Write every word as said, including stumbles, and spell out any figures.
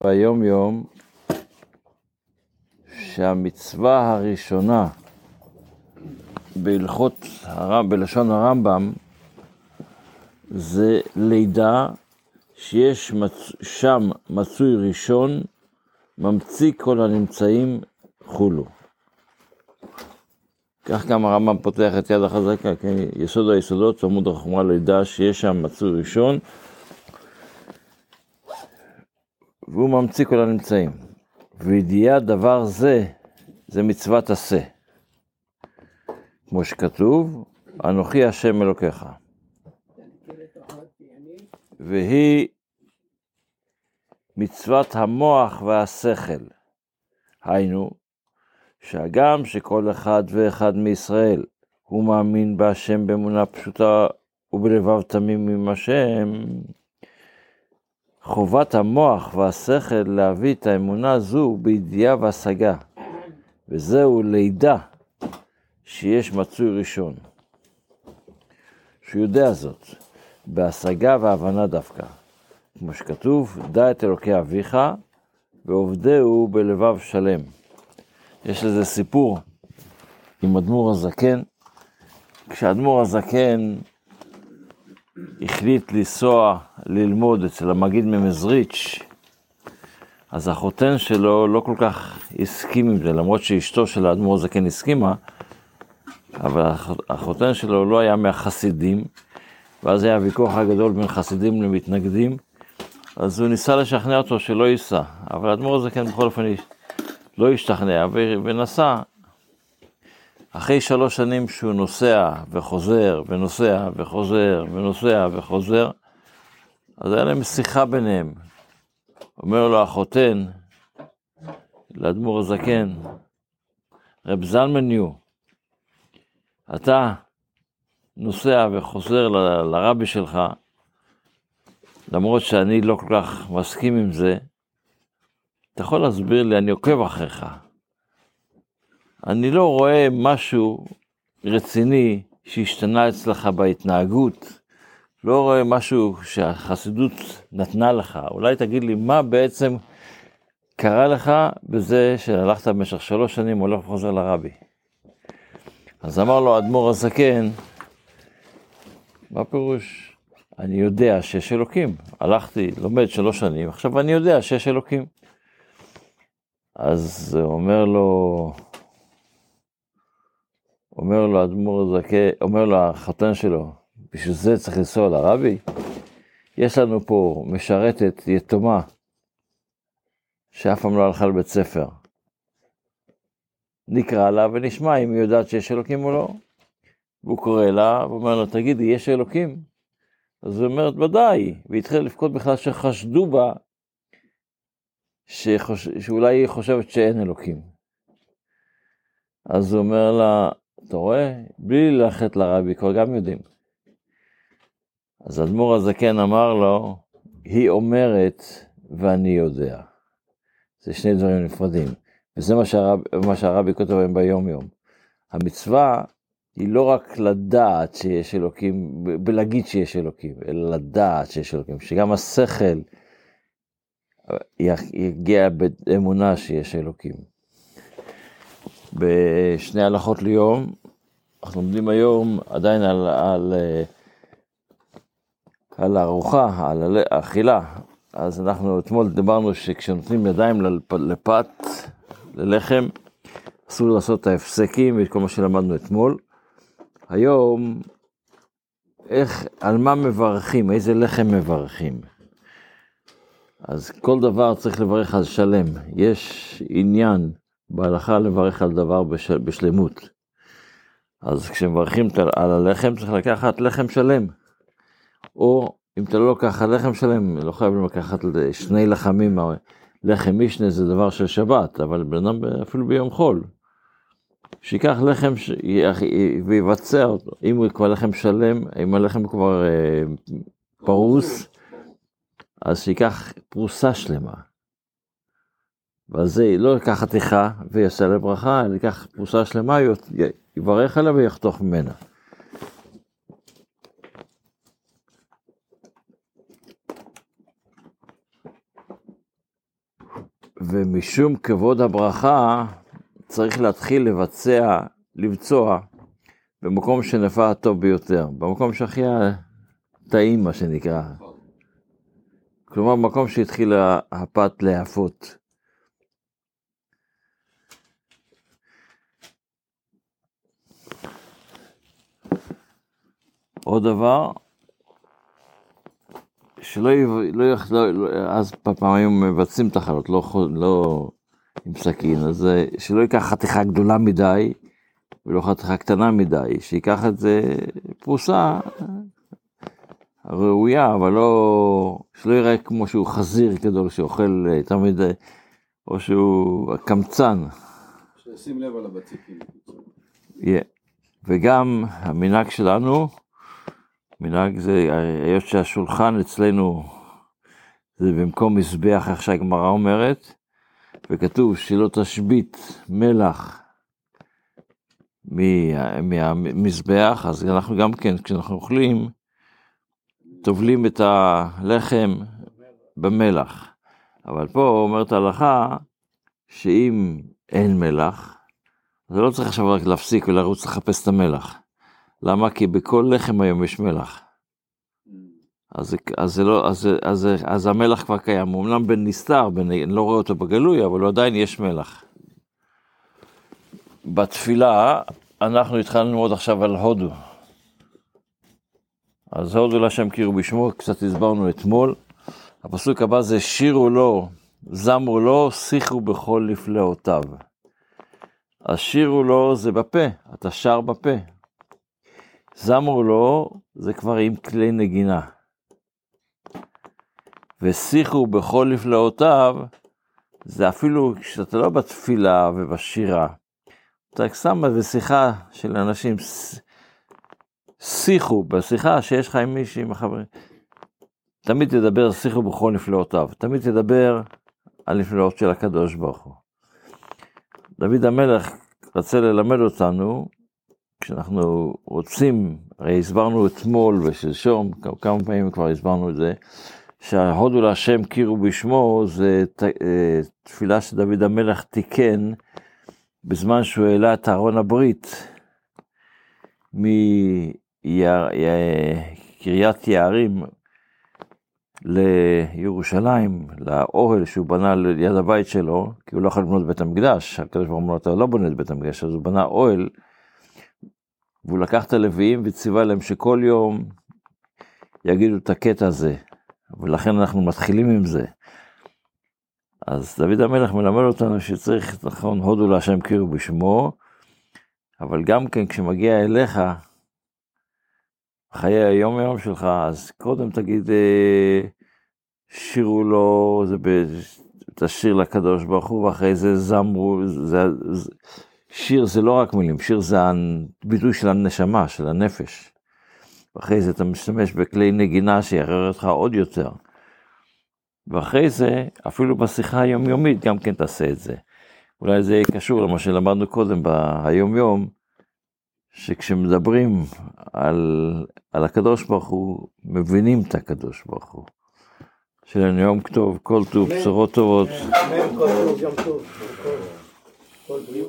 ביום יום שהמצווה הראשונה בהלכות הרמב"ם, בלשון הרמב"ם, זה לידה שיש מצ... שם מצוי ראשון, ממציא כל הנמצאים חולו. כך גם הרמב"ם פותח את יד החזקה, כן? יסוד היסודות, עמוד החומרה לידה שיש שם מצוי ראשון, והוא ממציא כל הנמצאים. וידיעה דבר זה, זה מצוות עשה. כמו שכתוב, אנוכי השם אלוקיך. והיא מצוות המוח והשכל. היינו, שהגם שכל אחד ואחד מישראל הוא מאמין בהשם באמונה פשוטה ובלבב תמים עם השם, חובת המוח והשכל להביא את האמונה הזו בידיעה והשגה, וזהו לידה שיש מצוי ראשון, שהוא יודע זאת, בהשגה והבנה דווקא, כמו שכתוב, דע את אלוקי אביך ועובדהו בלבב שלם. יש לזה סיפור עם אדמו"ר הזקן. כשאדמו"ר הזקן החליט לנסוע ללמוד אצל המגיד ממזריץ', אז החותן שלו לא כל כך הסכים עם זה, למרות שאשתו של האדמו"ר הזקן הסכימה, אבל החותן שלו לא היה מהחסידים, ואז היה ויכוח הגדול בין חסידים למתנגדים, אז הוא ניסה לשכנע אותו שלא ייסע, אבל האדמו"ר הזקן בכל אופן לא השתכנע ונסע. אחרי שלוש שנים שהוא נוסע וחוזר ונוסע וחוזר ונוסע וחוזר, אז היה להם שיחה ביניהם. אומר לו החותן לאדמו"ר הזקן, רב זלמניו, אתה נוסע וחוזר ל- לרבי שלך, למרות שאני לא כל כך מסכים עם זה, אתה יכול להסביר לי, אני עוקב אחריך. אני לא רואה משהו רציני שהשתנה אצלך בהתנהגות, לא רואה משהו שהחסידות נתנה לך. אולי תגיד לי מה בעצם קרה לך בזה שהלכת במשך שלוש שנים הולך וחוזר לרבי. אז אמר לו האדמו"ר הזקן, מה פירוש? אני יודע שיש אלוקים. הלכתי, לומד שלוש שנים, עכשיו אני יודע שיש אלוקים. אז אומר לו, אומר לו האדמו"ר הזקן, אומר לו החתן שלו, בשביל זה צריך לנסוע לרבי? יש לנו פה משרתת יתומה, שאף פעם לא הלכה לבית ספר. נקרא לה ונשמע אם היא יודעת שיש אלוקים או לא. והוא קורא לה, ואומר לו, תגידי, יש אלוקים? אז היא אומרת, ודאי, והתחיל לפקוד בכלל שחשדו בה, שחוש... שאולי היא חושבת שאין אלוקים. אז הוא אומר לה, אתה רואה? בלי ללכת לרבי, כבר גם יודעים. אז האדמו"ר הזקן אמר לו, היא אומרת ואני יודע. זה שני דברים נפרדים. וזה מה שהרב, מה שהרבי כותב בהם ביום יום. המצווה היא לא רק לדעת שיש אלוקים, בלהגיד שיש אלוקים, אלא לדעת שיש אלוקים, שגם השכל יגיע באמונה שיש אלוקים. בשני הלכות ליום, אנחנו לומדים היום עדיין על, על, על הארוחה, על האכילה. אז אנחנו אתמול דיברנו שכשנותנים ידיים לפת, ללחם, אסור לעשות את ההפסקים ואת כל מה שלמדנו אתמול. היום, איך, על מה מברכים, איזה לחם מברכים? אז כל דבר צריך לברך על שלם. יש עניין בהלכה לברך על דבר בשל, בשלמות. אז כשמברכים על הלחם, צריך לקחת לחם שלם. או אם אתה לא לוקח לחם שלם, לא חייב לקחת שני לחמים. לחם משנה זה דבר של שבת, אבל בנם אפילו ביום חול. שיקח לחם ש... ויבצע אותו. אם הוא כבר לחם שלם, אם הלחם כבר אה, פרוס, אז שיקח פרוסה שלמה. ואז זה לא יקח חתיכה ויעשה לברכה, אלא יקח פרוסה שלמה, יברך עליה ויחתוך ממנה. ומשום כבוד הברכה, צריך להתחיל לבצע, לבצוע, במקום שנפל הטוב ביותר, במקום שהכי טעים, מה שנקרא. כלומר, במקום שהתחיל הפת להפות. עוד דבר, שלא לא, לא, לא, אז פעמים מבצעים את החלות, לא, לא עם סכין, אז שלא ייקח חתיכה גדולה מדי, ולא חתיכה קטנה מדי, שיקח את זה פרוסה ראויה, אבל לא, שלא יראה כמו שהוא חזיר גדול שאוכל תמיד, או שהוא קמצן. שישים לב על הבציקים. Yeah. וגם המנהג שלנו, מנהג זה, היות שהשולחן אצלנו, זה במקום מזבח, איך שהגמרא אומרת, וכתוב שלא תשבית מלח מהמזבח, אז אנחנו גם כן, כשאנחנו אוכלים, טובלים את הלחם במלח. אבל פה אומרת ההלכה, שאם אין מלח, זה לא צריך עכשיו רק להפסיק ולרוץ לחפש את המלח. למה? כי בכל לחם היום יש מלח. אז, אז, זה לא, אז, אז, אז המלח כבר קיים. אמנם בין נסתר, בין, אני לא רואה אותו בגלוי, אבל עדיין יש מלח. בתפילה, אנחנו התחלנו ללמוד עכשיו על הודו. אז הודו להשם קירו בשמו, קצת הסברנו אתמול. הפסוק הבא זה שירו לו, זמרו לו, שיחו בכל לפלאותיו. אז שירו לו זה בפה, אתה שר בפה. זמרו לו זה כבר עם כלי נגינה. ושיחו בכל לפלאותיו, זה אפילו כשאתה לא בתפילה ובשירה. אתה שם בשיחה של אנשים, שיחו, בשיחה שיש לך עם מישהי, עם החברים. תמיד תדבר שיחו בכל לפלאותיו. תמיד תדבר על לפלאות של הקדוש ברוך הוא. דוד המלך רצה ללמד אותנו, כשאנחנו רוצים, הרי הסברנו אתמול ושלשום, כמה פעמים כבר הסברנו את זה, שההודו להשם קירו בשמו, זה תפילה שדוד המלך תיקן, בזמן שהוא העלה את ארון הברית, מקריית יערים לירושלים, לאוהל שהוא בנה ליד הבית שלו, כי הוא לא יכול לבנות בית המקדש, הקדוש ברוך הוא לא בונה את בית המקדש, אז הוא בנה אוהל, והוא לקח את הלוויים וציווה להם שכל יום יגידו את הקטע הזה, ולכן אנחנו מתחילים עם זה. אז דוד המלך מלמד אותנו שצריך, נכון, הודו להשם קירו בשמו, אבל גם כן כשמגיע אליך, חיי היום יום שלך, אז קודם תגיד, שירו לו, זה תשיר לקדוש ברוך הוא, ואחרי זה זמרו, זה, שיר זה לא רק מילים, שיר זה הביטוי של הנשמה, של הנפש. ואחרי זה אתה משתמש בכלי נגינה שיערער אותך עוד יותר. ואחרי זה, אפילו בשיחה היומיומית, גם כן תעשה את זה. אולי זה יהיה קשור למה שלמדנו קודם ביום יום, שכשמדברים על, על הקדוש ברוך הוא, מבינים את הקדוש ברוך הוא. שלנו יום טוב, כל טוב, בשורות טובות. כל טוב, יום טוב. כל בריאות.